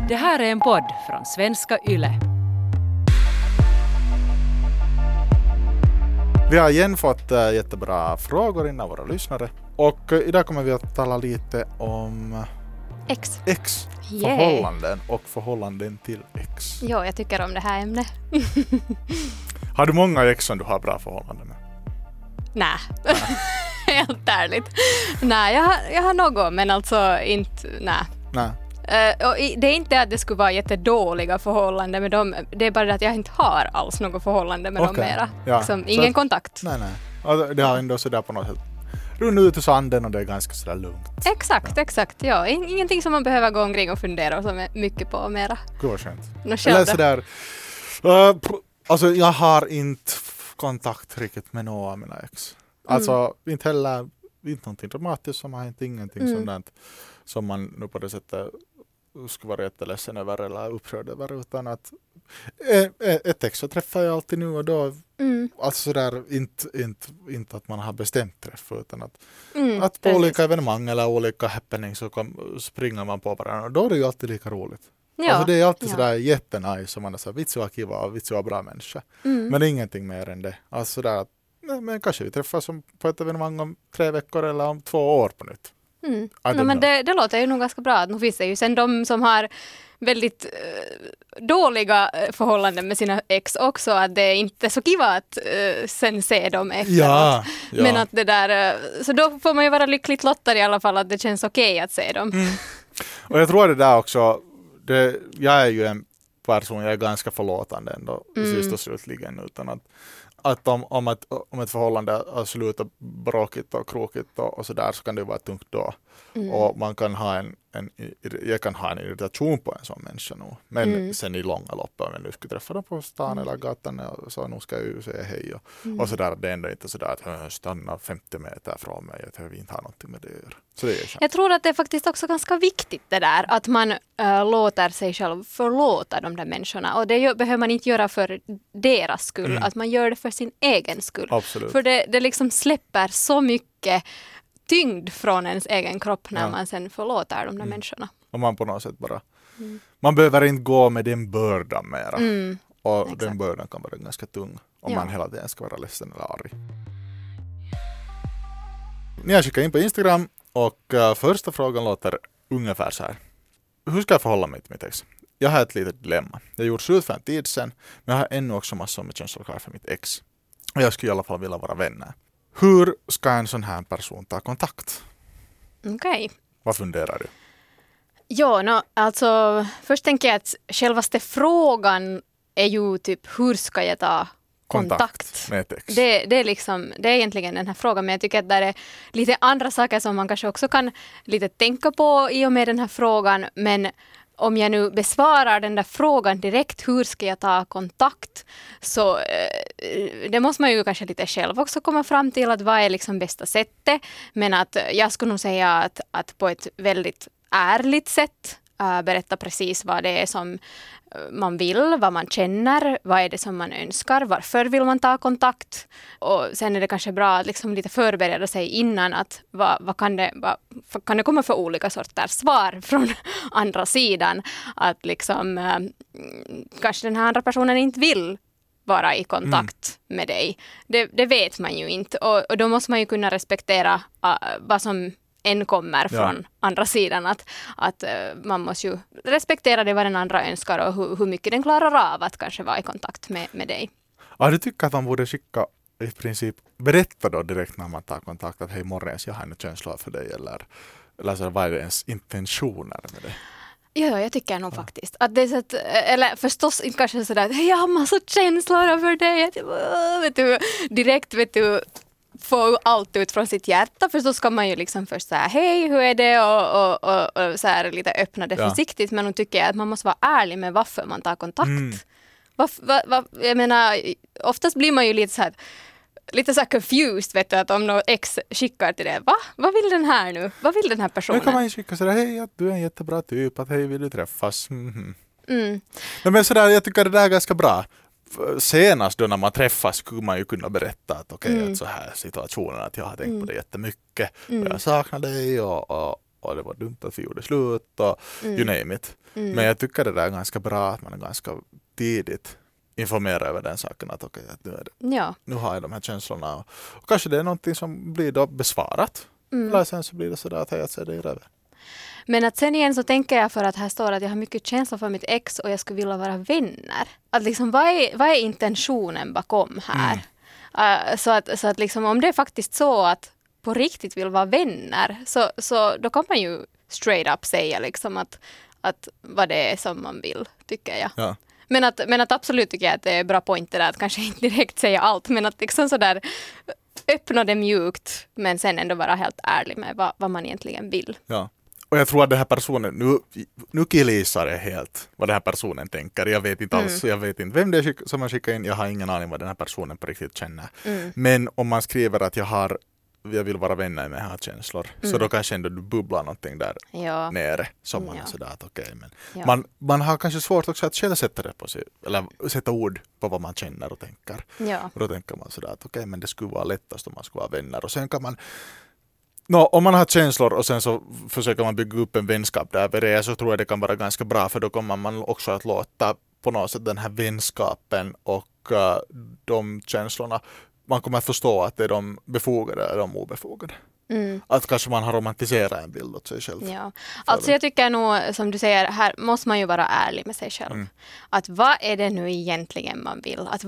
Det här är en podd från Svenska Yle. Vi har igen fått jättebra frågor in av våra lyssnare. Och idag kommer vi att tala lite om ex förhållanden och förhållanden till ex. Ja, jag tycker om det här ämnet. Har du många ex som du har bra förhållanden med? Nej, helt ärligt. Nej, jag har något, men alltså inte, nej. Och det är inte att det skulle vara jättedåliga förhållanden med dem. Det är bara det att jag inte har alls något förhållande med dem mera. Ja. Liksom, ingen kontakt. Nej. Och det har ändå sådär på något sätt runnit ut i sanden och det är ganska sådär lugnt. Exakt. Ja. Ingenting som man behöver gå omkring och fundera och så mycket på mera. Gud vad skönt. Eller sådär, alltså jag har inte kontakt riktigt med några av mina ex. Alltså inte heller, inte någonting dramatiskt som har inte ingenting sådant som man nu på det sättet skulle vara jätteledsen över eller upprörd över, utan att ett ex så träffar jag alltid nu och då. Alltså sådär, inte att man har bestämt träff, utan att på olika evenemang eller olika happenings så springer man på varandra och då är det ju alltid lika roligt. Ja, alltså det är alltid sådär jättenice som man är såhär, vitsi var kiva, vitsi var bra människa. Men det är ingenting mer än det. Alltså sådär att, men kanske vi träffas på ett evenemang om 3 veckor eller om 2 år på nytt. Men det låter ju nog ganska bra. Nu finns det ju sen de som har väldigt dåliga förhållanden med sina ex också, att det är inte så kiva att sen se dem efteråt. Ja. Men att det där, så då får man ju vara lyckligt lottad i alla fall att det känns okej att se dem. Och jag tror det där också, jag är ju en person, jag är ganska förlåtande ändå sist och slutligen, utan att om ett förhållande slutar bråkigt och krokigt och sådär, så kan det vara tungt då. Och man kan ha jag kan ha en irritation på en sån människa nu. Men sen i långa loppet, om jag nu skulle träffa dem på stan eller gatan, så nu ska jag ju säga hej och sådär. Det är ändå inte sådär att stanna 50 meter från mig, att jag inte har någonting med det att göra. Så det är skönt. Jag tror att det är faktiskt också ganska viktigt det där, att man låter sig själv förlåta de där människorna. Och det behöver man inte göra för deras skull, att man gör det för sin egen skull. Absolut. För det liksom släpper så mycket tyngd från ens egen kropp när man sen förlåter de där människorna. Och man på något sätt bara, man behöver inte gå med den bördan mera. Och exakt. Den bördan kan vara ganska tung om man hela tiden ska vara ledsen eller arg. Ni har skickat in på Instagram och första frågan låter ungefär så här. Hur ska jag förhålla mig till mitt ex? Jag har ett litet dilemma. Jag gjorde slut för en tid sedan, men jag har ännu också massor med känslor kvar för mitt ex. Och jag skulle i alla fall vilja vara vänner. Hur ska en sån här person ta kontakt? Okej. Vad funderar du? Ja, alltså först tänker jag att självaste frågan är ju typ, hur ska jag ta kontakt med ett ex? Det är egentligen den här frågan, men jag tycker att det är lite andra saker som man kanske också kan lite tänka på i och med den här frågan, men om jag nu besvarar den där frågan direkt, hur ska jag ta kontakt, så det måste man ju kanske lite själv också komma fram till, att vad är liksom bästa sättet, men att jag skulle nog säga att på ett väldigt ärligt sätt berätta precis vad det är som man vill, vad man känner, vad är det som man önskar, varför vill man ta kontakt, och sen är det kanske bra att liksom lite förbereda sig innan, att vad kan det komma för olika sorters svar från andra sidan, att liksom kanske den här andra personen inte vill vara i kontakt med dig. Det vet man ju inte, och då måste man ju kunna respektera vad som än kommer från andra sidan, att man måste ju respektera det vad den andra önskar och hur mycket den klarar av att kanske vara i kontakt med dig. Ja, du tycker att man borde skicka i princip, berätta då direkt när man tar kontakt att hej Morrens, jag har en känsla för dig, eller så, vad är det ens intentioner med det? Ja, jag tycker nog faktiskt. Att det är så att, eller förstås inte kanske sådär att jag har massa känslor för dig, direkt få allt ut från sitt hjärta. För så ska man ju liksom först säga hej, hur är det, och så här lite öppna det försiktigt, men nu tycker jag att man måste vara ärlig med varför man tar kontakt. Jag menar, oftast blir man ju lite så här confused, vet du, att om något ex skickar till det, vad vill den här nu? Vad vill den här personen? Då kan man ju skicka sådär, hej, att du är en jättebra typ, att hej, vill du träffas? Men sådär, jag tycker det där är ganska bra. Senast då när man träffas skulle man ju kunna berätta att okej, att så här situationen, att jag har tänkt på det jättemycket och jag saknar dig och det var dumt att vi gjorde slut och you name it. Men jag tycker det där är ganska bra att man är ganska tidigt informerar över den saken att okej, att nu har jag de här känslorna och kanske det är någonting som blir då besvarat. Eller sen så blir det sådär att jag ser det i röven. Men att sen igen så tänker jag för att här står att jag har mycket känslor för mitt ex och jag skulle vilja vara vänner. Att liksom vad är intentionen bakom här? Så att liksom om det är faktiskt så att på riktigt vill vara vänner så då kan man ju straight up säga liksom att vad det är som man vill, tycker jag. Ja. Men att absolut tycker jag att det är bra pointer där att kanske inte direkt säga allt men att liksom sådär öppna det mjukt men sen ändå vara helt ärlig med vad man egentligen vill. Ja. Och jag tror att den här personen, nu killgissar jag helt vad den här personen tänker. Jag vet inte alls, jag vet inte vem det är som man skickar in. Jag har ingen aning vad den här personen på riktigt känner. Men om man skriver att jag vill vara vänner med här känslor, så då kanske ändå du bubblar någonting där nere som man är sådär att okej. Men man har kanske svårt också att själv sätta det på sig, eller sätta ord på vad man känner och tänker. Ja. Och då tänker man sådär att okej, men det skulle vara lättast om man skulle vara vänner. Och sen kan man om man har känslor och sen så försöker man bygga upp en vänskap där bredvid, så tror jag det kan vara ganska bra, för då kommer man också att låta på något sätt den här vänskapen och de känslorna, man kommer att förstå att det är de befogade eller de obefogade. Att kanske man har romantiserat en bild åt sig själv. Ja. Alltså jag tycker nog, som du säger, här måste man ju vara ärlig med sig själv. Att vad är det nu egentligen man vill? Att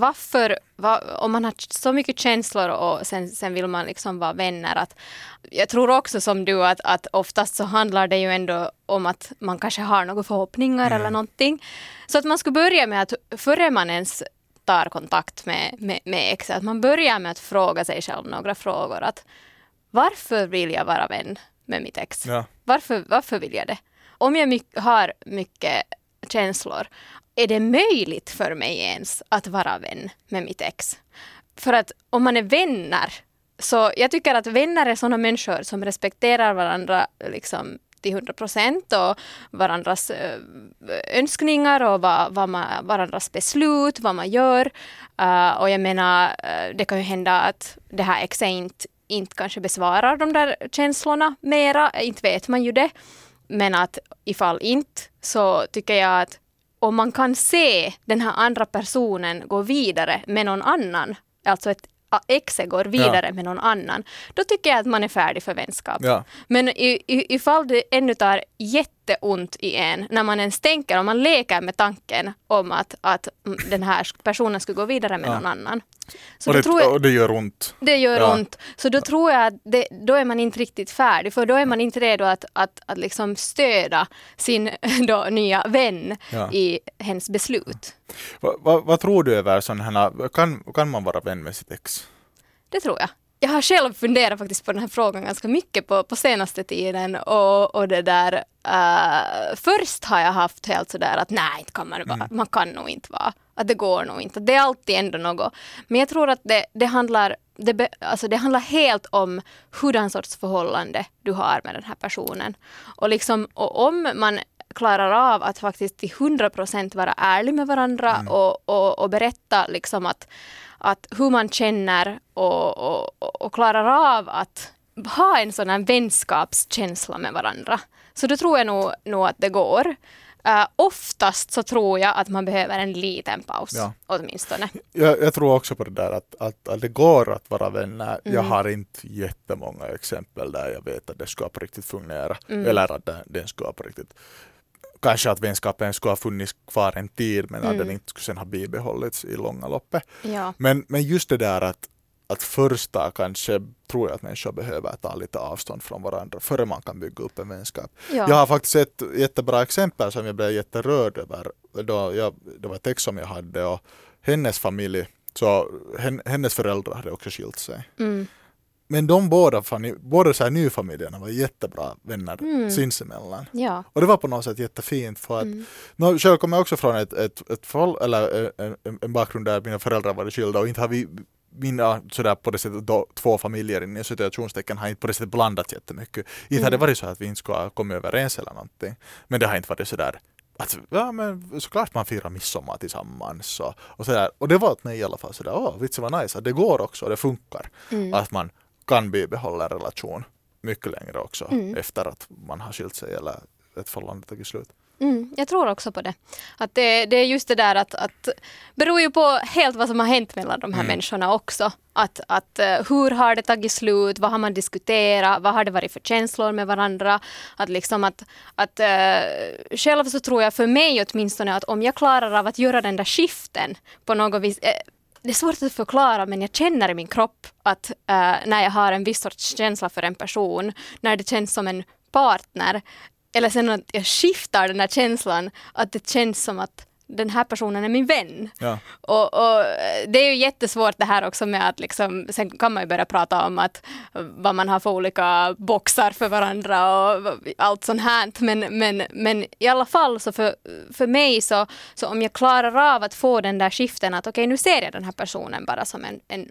om man har så mycket känslor och sen vill man liksom vara vänner. Att, jag tror också som du att oftast så handlar det ju ändå om att man kanske har några förhoppningar eller någonting. Så att man skulle börja med att före man ens tar kontakt med ex, att man börjar med att fråga sig själv några frågor. Att varför vill jag vara vän med mitt ex? Ja. Varför vill jag det? Om jag har mycket känslor, är det möjligt för mig ens att vara vän med mitt ex? För att om man är vänner, så jag tycker att vänner är sådana människor som respekterar varandra liksom till 100% och varandras önskningar och varandras beslut, vad man gör. Och jag menar, det kan ju hända att det här exet inte kanske besvarar de där känslorna mera, inte vet man ju det. Men att ifall inte, så tycker jag att om man kan se den här andra personen gå vidare med någon annan, alltså ett ex går vidare med någon annan, då tycker jag att man är färdig för vänskap. Ja. Men ifall det ännu tar jätteont i en, när man ens tänker, om man leker med tanken om att den här personen skulle gå vidare med någon annan. Så och det gör ont. Det gör ont. Så då tror jag att då är man inte riktigt färdig, för då är man inte redo att liksom stödja sin då nya vän i hens beslut. Vad tror du över sådana här, kan man vara vän med sitt ex? Det tror jag. Jag har själv funderat faktiskt på den här frågan ganska mycket på senaste tiden och det där först har jag haft helt sådär att nej, inte kan man kan nog inte vara, att det går nog inte, det är alltid ändå något. Men jag tror att det handlar helt om hurdan sorts förhållande du har med den här personen. Och om man klarar av att faktiskt till 100% vara ärlig med varandra och berätta liksom att hur man känner och klarar av att ha en sån här vänskapskänsla med varandra. Så då tror jag nog att det går. Oftast så tror jag att man behöver en liten paus, åtminstone. Jag tror också på det där att det går att vara vänner. Jag har inte jättemånga exempel där jag vet att det ska på riktigt fungera. Eller att den ska på riktigt. Kanske att vänskapen skulle ha funnits kvar en tid, men att den inte skulle sen ha bibehållits i långa loppet. Ja. Men just det där att första kanske tror jag att människor behöver ta lite avstånd från varandra före man kan bygga upp en vänskap. Ja. Jag har faktiskt ett jättebra exempel som jag blev jätterörd över. Det var ett ex som jag hade och hennes familj, så hennes föräldrar hade också skilt sig. Men de båda så här nyfamiljerna var jättebra vänner sinsemellan. Ja. Och det var på något sätt jättefint, för att själv kommer jag också från en bakgrund där mina föräldrar var skilda, och inte har vi mina sådär på det sättet två familjer i situationstecken har inte på det sättet blandat jättemycket. Inte hade det varit så att vi inte skulle ha kommit överens eller någonting. Men det har inte varit sådär att men såklart man firar midsommar tillsammans och sådär. Och det var åt mig i alla fall sådär, vitsen var nice, att det går också och det funkar. Att man kan bibehålla en relation. mycket längre också efter att man har skilt sig eller ett förhållande tagit slut. Jag tror också på det. Att det är just det där att beror ju på helt vad som har hänt mellan de här människorna också. Att hur har det tagit slut, vad har man diskuterat, vad har det varit för känslor med varandra. Att liksom att själv så tror jag för mig åtminstone att om jag klarar av att göra den där skiften på något vis. Det är svårt att förklara, men jag känner i min kropp att när jag har en viss sorts känsla för en person, när det känns som en partner, eller sen att jag skiftar den här känslan, att det känns som att den här personen är min vän. Ja. Och det är ju jättesvårt det här också med att liksom, sen kan man ju börja prata om att vad man har för olika boxar för varandra och allt sånt här. Men i alla fall så för mig så om jag klarar av att få den där skiften att okej, nu ser jag den här personen bara som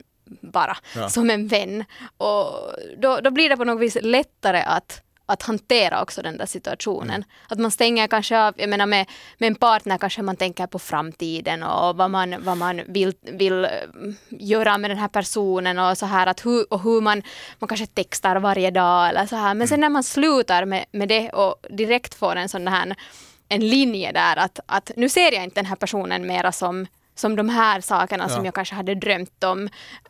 som en vän. Och då blir det på något vis lättare att hantera också den där situationen. Att man stänger kanske av, jag menar med en partner kanske man tänker på framtiden och vad man vill göra med den här personen och så här, att hur man kanske textar varje dag eller så här. Men sen när man slutar med det och direkt får en sån här en linje där att nu ser jag inte den här personen mera som de här sakerna som jag kanske hade drömt om.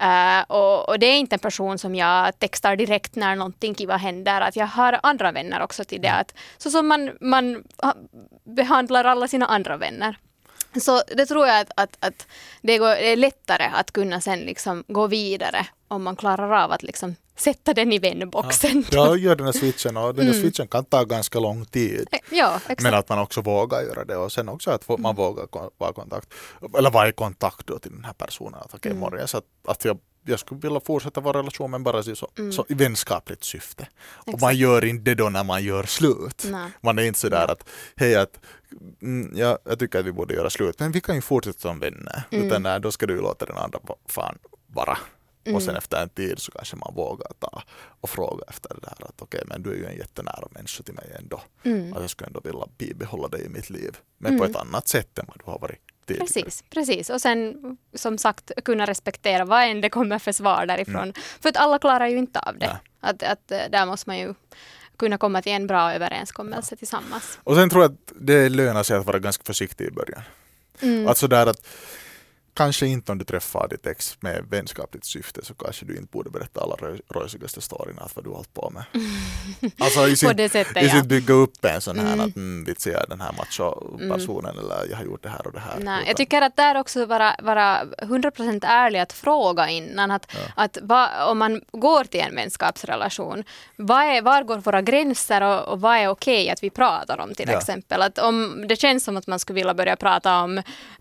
Och det är inte en person som jag textar direkt när någonting kiva händer. Att jag har andra vänner också till det. Att, så som man behandlar alla sina andra vänner. Så det tror jag att det är lättare att kunna sen liksom gå vidare om man klarar av att liksom sätta den i vänboxen. Ja, jag gör den här switchen och den här switchen kan ta ganska lång tid. Ja, exakt. Men att man också vågar göra det och sen också att man vågar vara i kontakt då till den här personen. Att okej, morgon, så att jag skulle vilja fortsätta vår relation men bara så i vänskapligt syfte. Exakt. Och man gör inte det då när man gör slut. Nej. Man är inte sådär att hej, jag tycker att vi borde göra slut men vi kan ju fortsätta som vänner. Utan då ska du låta den andra fan vara. Och sen efter en tid så kanske man vågar ta och fråga efter det där att okej, men du är ju en jättenära människa till mig ändå. Att jag skulle ändå vilja bibehålla dig i mitt liv. Men på ett annat sätt än vad du har varit tidigare. Precis. Och sen som sagt kunna respektera vad än det kommer för svar därifrån. För att alla klarar ju inte av det. Att där måste man ju kunna komma till en bra överenskommelse tillsammans. Och sen tror jag att det lönar sig att vara ganska försiktig i början. Alltså där att kanske inte om du träffar ditt ex med vänskapligt syfte så kanske du inte borde berätta alla rösigaste storyna att vad du har hållit på med. Alltså i sitt bygga upp en sån här att vitsi jag är den här macho-personen eller jag har gjort det här och det här. Nej, jag tycker att där också vara 100% ärlig att fråga innan att om man går till en vänskapsrelation, var går våra gränser och vad är okej att vi pratar om till exempel. Att om det känns som att man skulle vilja börja prata om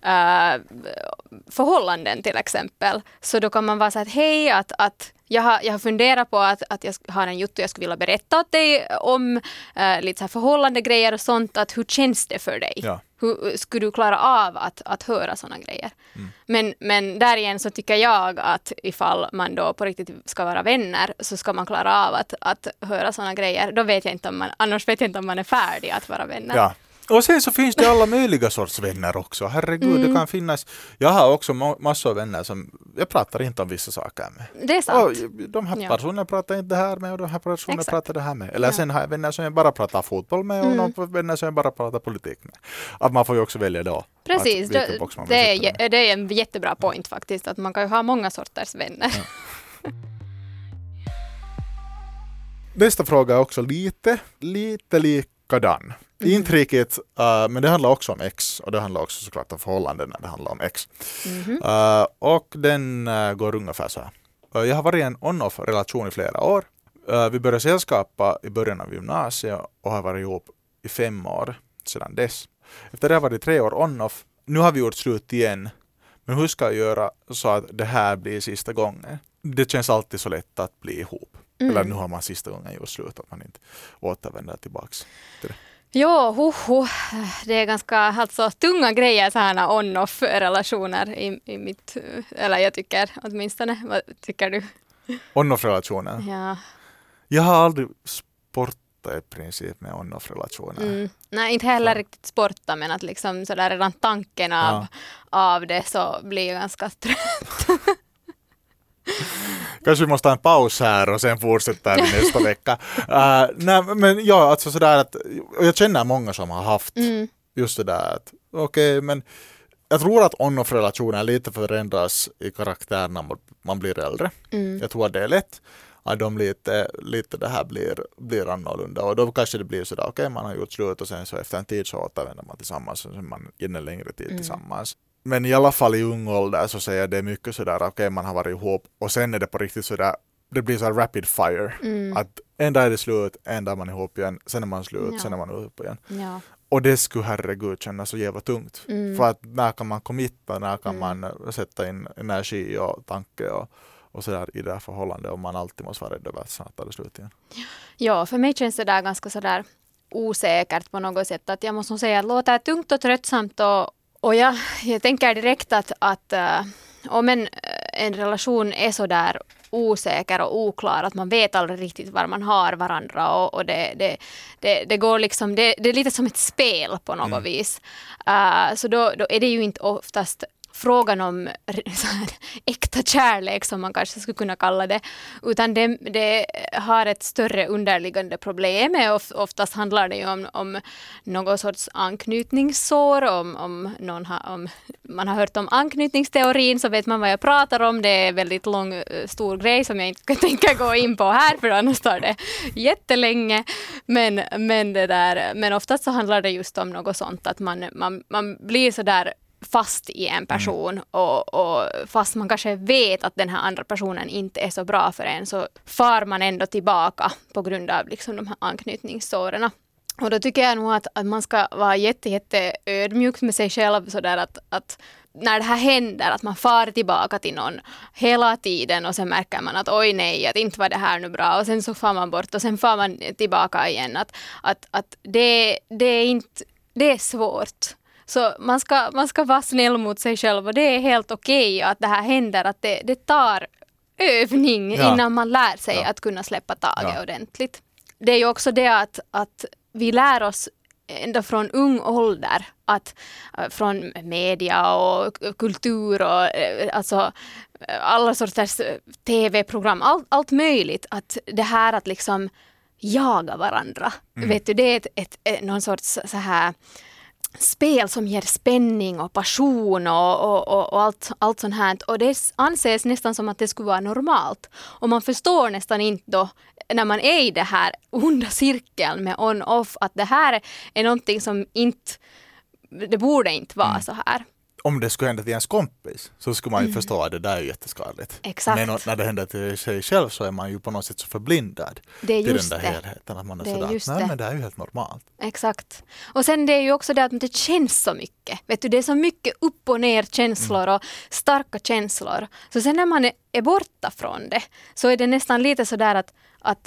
förhållanden till exempel, så då kan man vara så att hej, att jag har funderat på att jag har en jotto jag skulle vilja berätta åt dig om lite så här förhållande grejer och sånt, att hur känns det för dig? Ja. Hur skulle du klara av att höra såna grejer? Men där igen så tycker jag att ifall man då på riktigt ska vara vänner så ska man klara av att höra såna grejer. Då vet jag inte annars vet jag inte om man är färdig att vara vänner. Ja. Och sen så finns det alla möjliga sorts vänner också. Herregud, det kan finnas. Jag har också massor av vänner som jag pratar inte om vissa saker med. Det är sant. Och de här personerna pratar inte det här med och de här personerna pratar det här med. Eller sen har jag vänner som jag bara pratar fotboll med och några vänner som jag bara pratar politik med. Att man får ju också välja då. Precis, det är en jättebra point faktiskt. Att man kan ju ha många sorters vänner. Ja. Nästa fråga är också lite likadan. Inte riktigt, men det handlar också om ex och det handlar också såklart om förhållanden när det handlar om ex. Och den går ungefär så här. Jag har varit i en on-off-relation i flera år. Vi började sällskapa i början av gymnasiet och har varit ihop i 5 år sedan dess. Efter det har varit 3 år on-off. Nu har vi gjort slut igen. Men hur ska jag göra så att det här blir sista gången? Det känns alltid så lätt att bli ihop. Eller nu har man sista gången gjort slut att man inte återvänder tillbaks till det. Jo, det är ganska tunga grejer så här on-off-relationer i mitt, eller jag tycker åtminstone. Vad tycker du? On-off-relationer? Ja. Jag har aldrig sportat i princip med on-off-relationer. Nej, inte heller riktigt sporta, men att liksom sådär redan tanken av det så blir jag ganska trött. Kanske vi måste ha en paus här och sen fortsätta nästa vecka. Nej, men ja, alltså sådär att, och jag känner många som har haft just det där att okej, men jag tror att on-off-relationer lite förändras i karaktär när man blir äldre. Jag tror att det är lätt. Att de lite det här blir annorlunda. Och då kanske det blir sådär, okej, man har gjort slut och sen så efter en tid så återvänder man tillsammans och så man ger en längre tid tillsammans. Men i alla fall i ung ålder så säger jag det är mycket sådär, okej, man har varit ihop och sen är det på riktigt sådär, det blir så rapid fire. Att en dag är det slut, en dag är man ihop igen, sen är man slut, sen är man ihop igen. Ja. Och det skulle herregud kännas så jävla tungt. För att när kan man committa, när kan man sätta in energi och tanke och sådär i det här förhållandet om man alltid måste vara rädd över att snart tar det slut igen. Ja, för mig känns det där ganska sådär osäkert på något sätt. Att jag måste säga att det låter tungt och tröttsamt och jag tänker direkt att om en relation är så där osäker och oklar att man vet aldrig riktigt var man har varandra och det går liksom, det är lite som ett spel på något vis. Så då är det ju inte oftast frågan om så här, äkta kärlek som man kanske skulle kunna kalla det, utan det har ett större underliggande problem. Oftast handlar det ju om någon sorts anknytningssår. Om man har hört om anknytningsteorin så vet man vad jag pratar om. Det är en väldigt lång, stor grej som jag inte tänker gå in på här för annars tar det jättelänge. Men oftast så handlar det just om något sånt att man blir så där fast i en person och fast man kanske vet att den här andra personen inte är så bra för en så far man ändå tillbaka på grund av liksom de här anknytningssåren. Och då tycker jag nog att man ska vara jätte ödmjuk med sig själv sådär att när det här händer att man far tillbaka till någon hela tiden och sen märker man att oj nej, att inte var det här nu bra och sen så far man bort och sen far man tillbaka igen att det är svårt. Så man ska vara snäll mot sig själv och det är helt okej att det här händer, att det tar övning innan man lär sig att kunna släppa taget ordentligt. Det är ju också det att vi lär oss ända från ung ålder att från media och kultur och alltså alla sorters tv-program, allt möjligt, att det här att liksom jaga varandra. Vet du, det är någon sorts så här spel som ger spänning och passion och allt sånt här. Och det anses nästan som att det skulle vara normalt. Och man förstår nästan inte då när man är i det här onda cirkeln med on-off att det här är någonting som inte, det borde inte vara så här. Om det skulle hända till ens kompis så skulle man ju förstå att det där är jätteskadligt. Exakt. Men när det händer till sig själv så är man ju på något sätt så förblindad till den där helheten. Att man är sådär, nej men det är ju helt normalt. Exakt. Och sen det är ju också det att det känns så mycket. Vet du, det är så mycket upp och ner känslor och starka känslor. Så sen när man är borta från det så är det nästan lite sådär att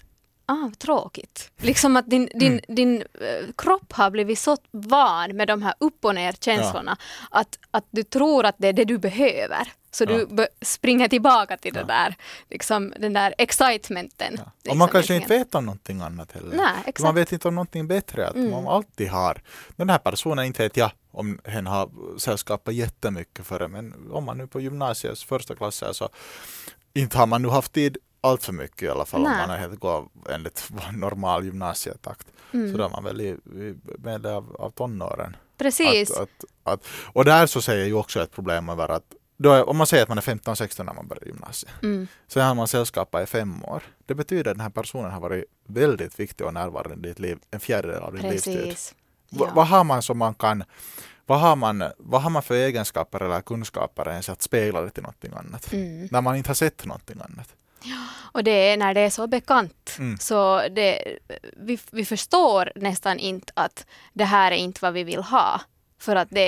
tråkigt. Liksom att din kropp har blivit så van med de här upp och ner känslorna att du tror att det är det du behöver. Så du springer tillbaka till det där, liksom, den där excitementen. Ja. Liksom, och man kanske inte vet om någonting annat heller. Nej, exakt. Man vet inte om någonting bättre. Att man alltid har. Den här personen inte vet jag om hen har sällskapat jättemycket för det. Men om man nu på gymnasiets första klasser så inte har man nu haft tid allt för mycket i alla fall. Nej. Om man har helt gått enligt normal gymnasietakt. Så då är man väl med av tonåren. Precis. Och där så säger ju också ett problem över att då, om man säger att man är 15-16 när man börjar gymnasiet så har man sällskapat i 5 år. Det betyder att den här personen har varit väldigt viktig och närvarande i ditt liv, en fjärdedel av din livstid. Ja. Vad har man som man kan, vad har man för egenskaper eller kunskaper ens att spegla det till någonting annat? När man inte har sett någonting annat. Ja, och det är när det är så bekant så vi förstår nästan inte att det här är inte vad vi vill ha. För att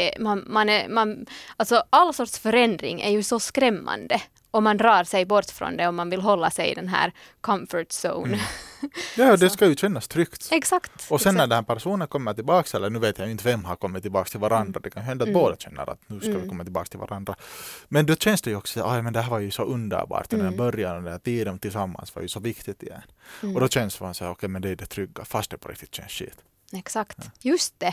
alltså all sorts förändring är ju så skrämmande och man drar sig bort från det och man vill hålla sig i den här comfort zone. Ja, det ska ju kännas tryggt. Exakt. Och sen när den här personen kommer tillbaka, eller nu vet jag inte vem har kommit tillbaka till varandra, det kan hända att båda känner att nu ska vi komma tillbaka till varandra. Men då känns det ju också, men det här var ju så underbart, den början och den här tiden tillsammans var ju så viktigt igen. Och då känns det så här, okej, men det är det trygga, fast det på riktigt känns shit. Exakt, just det.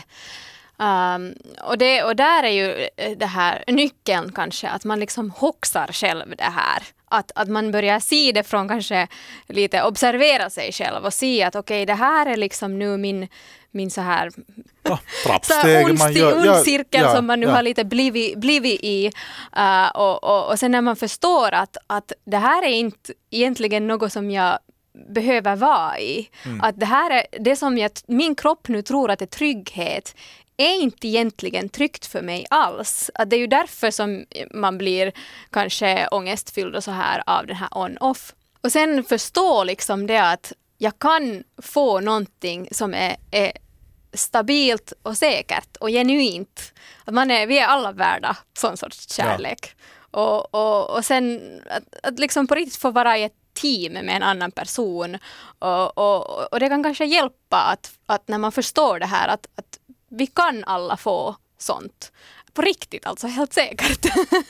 Och där är ju det här nyckeln kanske, att man liksom hoxar själv det här. Att man börjar se det från kanske lite observera sig själv och se att okej, det här är liksom nu min så här trappsteg man gör. ond cirkel som man nu har lite blivit i. Och sen när man förstår att det här är inte egentligen något som jag behöver vara i. Att det här är det som min kropp nu tror att är trygghet är inte egentligen tryggt för mig alls. Att det är ju därför som man blir kanske ångestfylld och så här av den här on-off. Och sen förstå liksom det att jag kan få någonting som är stabilt och säkert och genuint. Att vi är alla värda sån sorts kärlek. Och sen att liksom på riktigt få vara i ett team med en annan person. Och det kan kanske hjälpa att när man förstår det här att vi kan alla få sånt. På riktigt, alltså helt säkert.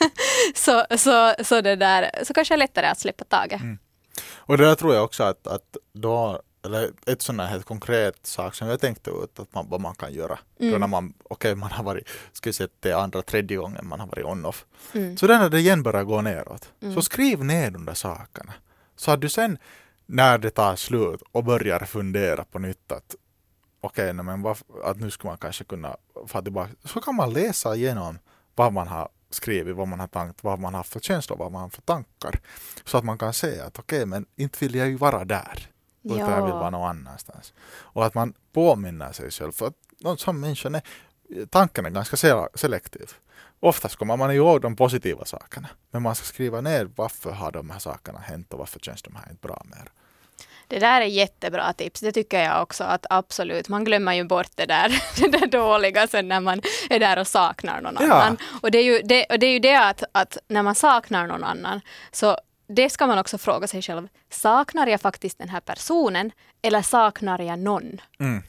så det där, så kanske är lättare att släppa taget. Och det där tror jag också att då, eller ett sån här helt konkret sak som jag tänkte ut att vad man kan göra. Då när man har varit, ska jag säga det andra, tredje gången man har varit on-off. Så när det igen börjar gå neråt, så skriv ner de där sakerna. Så att du sen, när det tar slut och börjar fundera på nytt att att nu ska man kanske kunna få tillbaka, så kan man läsa igenom vad man har skrivit, vad man har tänkt, vad man har för känslor, vad man har för tankar. Så att man kan säga att men inte vill jag ju vara där. Utan jag vill vara någon annanstans. Och att man påminner sig själv. För att som människa, tanken är ganska selektiv. Oftast kommer man ihåg de positiva sakerna. Men man ska skriva ner varför har de här sakerna hänt och varför känns de här inte bra mer. Det där är jättebra tips. Det tycker jag också att absolut. Man glömmer ju bort det där dåliga sen när man är där och saknar någon annan. Och det är ju det att när man saknar någon annan så det ska man också fråga sig själv. Saknar jag faktiskt den här personen eller saknar jag någon?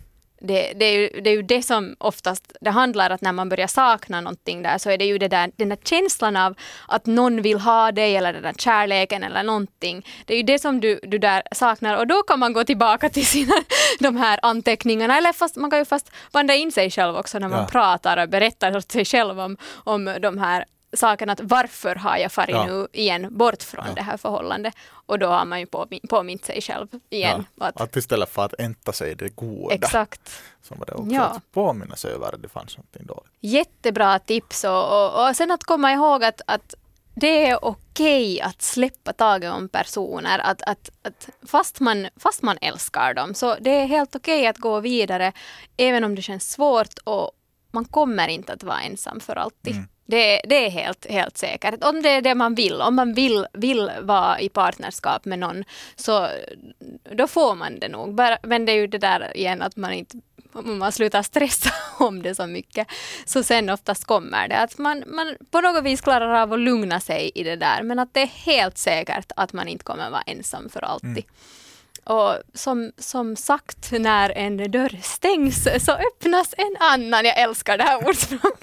Det är ju det som oftast det handlar att när man börjar sakna någonting där så är det ju den där känslan av att någon vill ha dig eller den där kärleken eller någonting. Det är ju det som du där saknar och då kan man gå tillbaka till de här anteckningarna eller man kan ju fast vandra in sig själv också när man pratar och berättar åt sig själv om de här saken att varför har jag farit nu igen bort från det här förhållandet och då har man ju påmint sig själv igen. Att istället för att änta sig det goda. Exakt. Så var det också att påminna sig över att det fanns någonting dåligt. Jättebra tips och sen att komma ihåg att det är okej att släppa taget om personer att fast man älskar dem så det är helt okej att gå vidare även om det känns svårt och man kommer inte att vara ensam för alltid. Det är helt säkert. Om det är det man vill, om man vill vara i partnerskap med någon så då får man det nog. Men det är ju det där igen att man slutar stressa om det så mycket. Så sen oftast kommer det att man på något vis klarar av att lugna sig i det där. Men att det är helt säkert att man inte kommer vara ensam för alltid. Och som sagt, när en dörr stängs så öppnas en annan. Jag älskar det här ordspråket.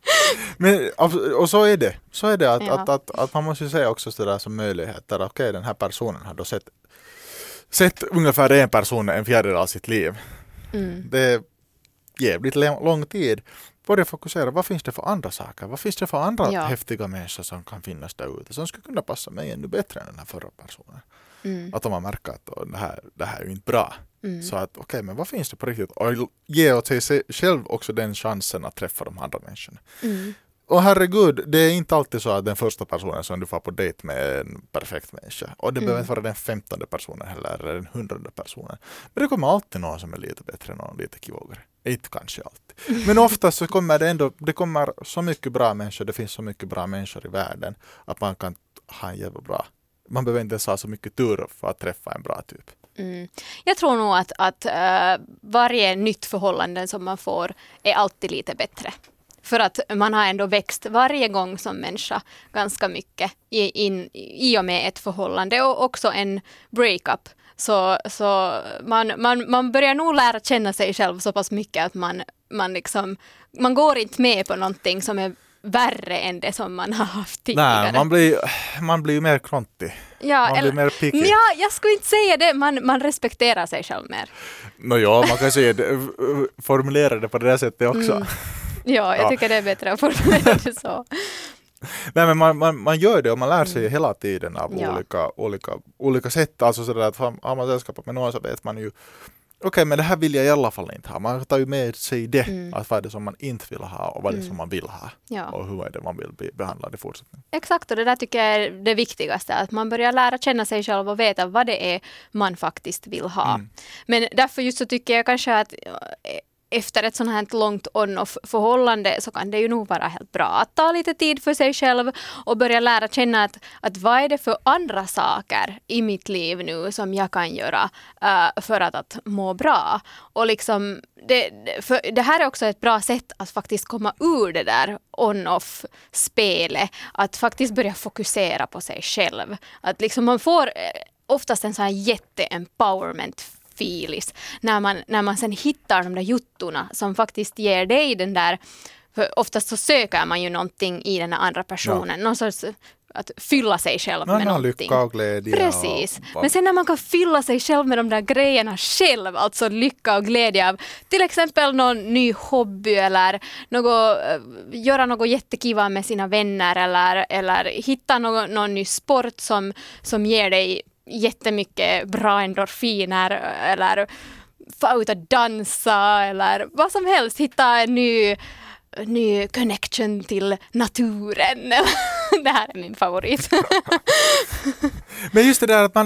Men, och så är det att man måste säga också så där som möjligheter. Okej, den här personen har då sett ungefär en person en fjärdedel av sitt liv. Det är jävligt lång tid. Börja fokusera, vad finns det för andra saker? Vad finns det för andra häftiga människor som kan finnas där ute som skulle kunna passa mig ännu bättre än den här förra personen? Att om man märker att det här är ju inte bra. Så att men vad finns det på riktigt? Och ge åt sig själv också den chansen att träffa de andra människorna. Och herregud, det är inte alltid så att den första personen som du får på dejt med är en perfekt människa. Och det behöver inte vara den 15:e personen heller, eller den 100:e personen. Men det kommer alltid någon som är lite bättre än någon lite kivågare. Inte kanske alltid. Men oftast så kommer det kommer så mycket bra människor, det finns så mycket bra människor i världen att man kan ha en jävla bra. Man behöver inte ens ha så mycket tur för att träffa en bra typ. Jag tror nog att varje nytt förhållande som man får är alltid lite bättre. För att man har ändå växt varje gång som människa ganska mycket i och med ett förhållande och också en breakup. Så man börjar nog lära känna sig själv så pass mycket att man går inte med på någonting som är värre än det som man har haft tidigare. Nej, man blir mer krontig. Man blir mer picky. Ja, jag skulle inte säga det. Man respekterar sig själv mer. Man kan säga det, formulera det på det där sättet också. Ja, jag tycker det är bättre att formulera det så. Nej, men man gör det och man lär sig hela tiden av Ja. olika sätt. Alltså sådär att har man sällskap med någon så vet man ju okej, men det här vill jag i alla fall inte ha. Man tar ju med sig det, att vad är det som man inte vill ha och vad är det som man vill ha. Ja. Och hur är det man vill bli behandlad i fortsättningen. Exakt, och det där tycker jag är det viktigaste. Att man börjar lära känna sig själv och veta vad det är man faktiskt vill ha. Men därför just så tycker jag kanske att efter ett sånt här långt on-off förhållande så kan det ju nog vara helt bra att ta lite tid för sig själv och börja lära känna att vad är det för andra saker i mitt liv nu som jag kan göra för att må bra. Och liksom det här är också ett bra sätt att faktiskt komma ur det där on-off-spelet. Att faktiskt börja fokusera på sig själv. Att liksom man får oftast en sån här jätte-empowerment filis när man sen hittar de där juttorna som faktiskt ger dig den där, för oftast så söker man ju någonting i den andra personen, någon sorts att fylla sig själv med någonting. Lycka och glädje. Precis. Men sen när man kan fylla sig själv med de där grejerna själv, alltså lycka och glädje av till exempel någon ny hobby eller göra något jättekiva med sina vänner eller hitta någon ny sport som ger dig jättemycket bra endorfiner eller få ut att dansa eller vad som helst, hitta en ny connection till naturen. Det här är min favorit. Men just det där att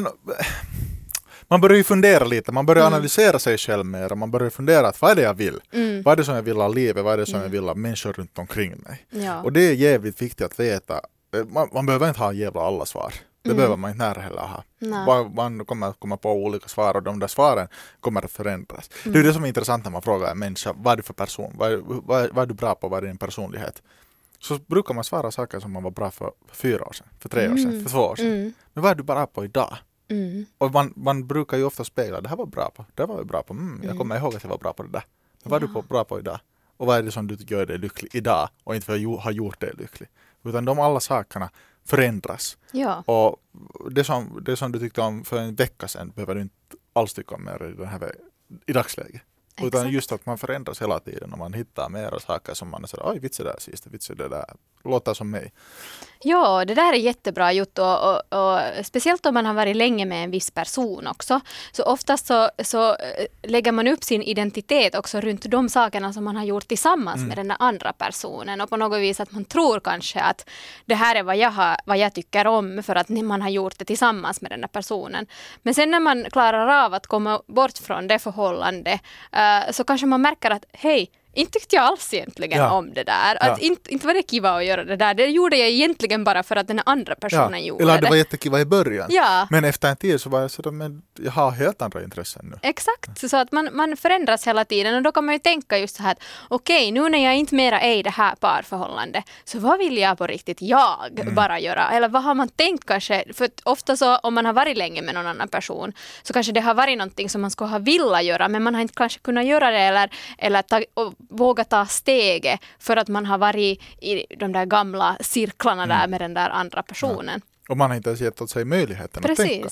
man börjar ju fundera lite, man börjar analysera sig själv mer och man börjar fundera att vad är det jag vill? Vad är det som jag vill av livet? Vad är det som jag vill av människor runt omkring mig? Ja. Och det är jävligt viktigt att veta. Man behöver inte ha jävla alla svar. Det behöver man inte nära heller ha. Man kommer att komma på olika svar och de där svaren kommer att förändras. Det är det som är intressant när man frågar en människa, vad är du för person? Vad är du bra på? Vad är din personlighet? Så brukar man svara saker som man var bra för 4 år sedan, för 3 år sedan, för 2 år sedan. Men vad är du bra på idag? Och man brukar ju ofta spegla, det här var bra på, det var jag bra på. Jag kommer ihåg att jag var bra på det där. Men vad är du bra på idag? Och vad är det som du gör dig lycklig idag och inte för att ha gjort dig lycklig? Utan de alla sakerna förändras. Ja. Och det som du tyckte om för en vecka sedan behöver du inte alls tycka om mer i dagsläget. Exakt. Utan just att man förändras hela tiden och man hittar mera saker som man säger, oj vitsen där sist, vitsen det där låter som mig. Ja, det där är jättebra gjort och speciellt om man har varit länge med en viss person också. Så oftast så lägger man upp sin identitet också runt de sakerna som man har gjort tillsammans med den där andra personen. Och på något vis att man tror kanske att det här är vad jag tycker om för att man har gjort det tillsammans med den där personen. Men sen när man klarar av att komma bort från det förhållande så kanske man märker att hej, inte tyckte jag alls egentligen om det där. Att inte var det kiva att göra det där. Det gjorde jag egentligen bara för att den andra personen gjorde det. Eller det var jättekiva i början. Ja. Men efter en tid så var jag sådär, men jag har helt andra intressen nu. Exakt, så att man förändras hela tiden och då kan man ju tänka just så här att okej, nu när jag inte mera är i det här parförhållande så vad vill jag på riktigt bara göra? Eller vad har man tänkt kanske? För ofta så om man har varit länge med någon annan person så kanske det har varit någonting som man skulle ha velat göra men man har inte kanske kunnat göra det eller våga ta steget för att man har varit i de där gamla cirklarna där med den där andra personen. Ja. Och man har inte ens gett åt sig möjligheten att tänka.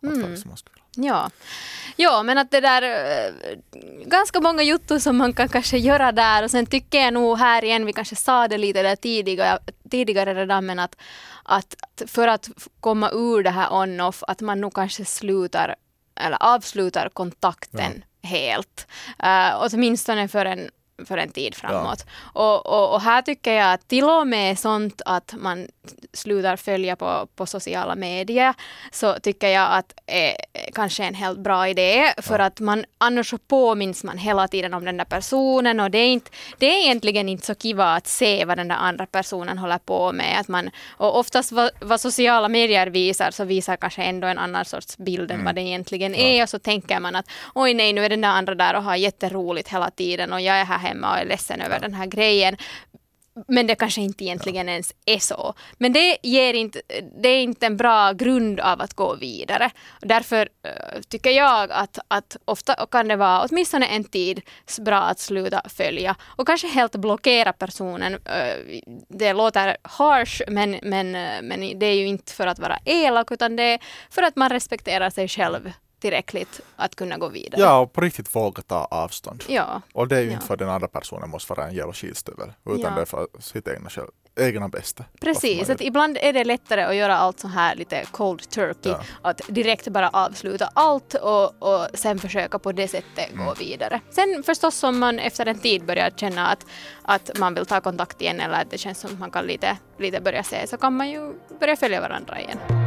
Ja, men att det där ganska många juttor som man kan kanske göra där och sen tycker jag nog här igen, vi kanske sa det lite där tidigare redan, men att för att komma ur det här on-off att man nog kanske avslutar kontakten helt. Åtminstone för en tid framåt. Och här tycker jag att till och med sånt att man slutar följa på sociala medier så tycker jag att är kanske en helt bra idé för att annars så påminns man hela tiden om den där personen och det är egentligen inte så kiva att se vad den där andra personen håller på med. Och oftast vad sociala medier visar så visar kanske ändå en annan sorts bild än vad det egentligen är och så tänker man att oj nej, nu är den där andra där och har jätteroligt hela tiden och jag är här hemma och är ledsen över den här grejen. Men det kanske inte egentligen ens är så. Men det är inte en bra grund av att gå vidare. Därför tycker jag att ofta kan det vara åtminstone en tid bra att sluta följa. Och kanske helt blockera personen. Det låter harsh men det är ju inte för att vara elak utan det är för att man respekterar sig själv tillräckligt att kunna gå vidare. Ja, och på riktigt våga ta avstånd. Ja. Och det är ju inte för att den andra personen måste vara en jävla skitstövel, utan det är för sitt egna egna bästa. Precis, att ibland är det lättare att göra allt så här lite cold turkey, att direkt bara avsluta allt och sen försöka på det sättet gå vidare. Sen förstås om man efter en tid börjar känna att man vill ta kontakt igen eller att det känns som att man kan lite börja se, så kan man ju börja följa varandra igen.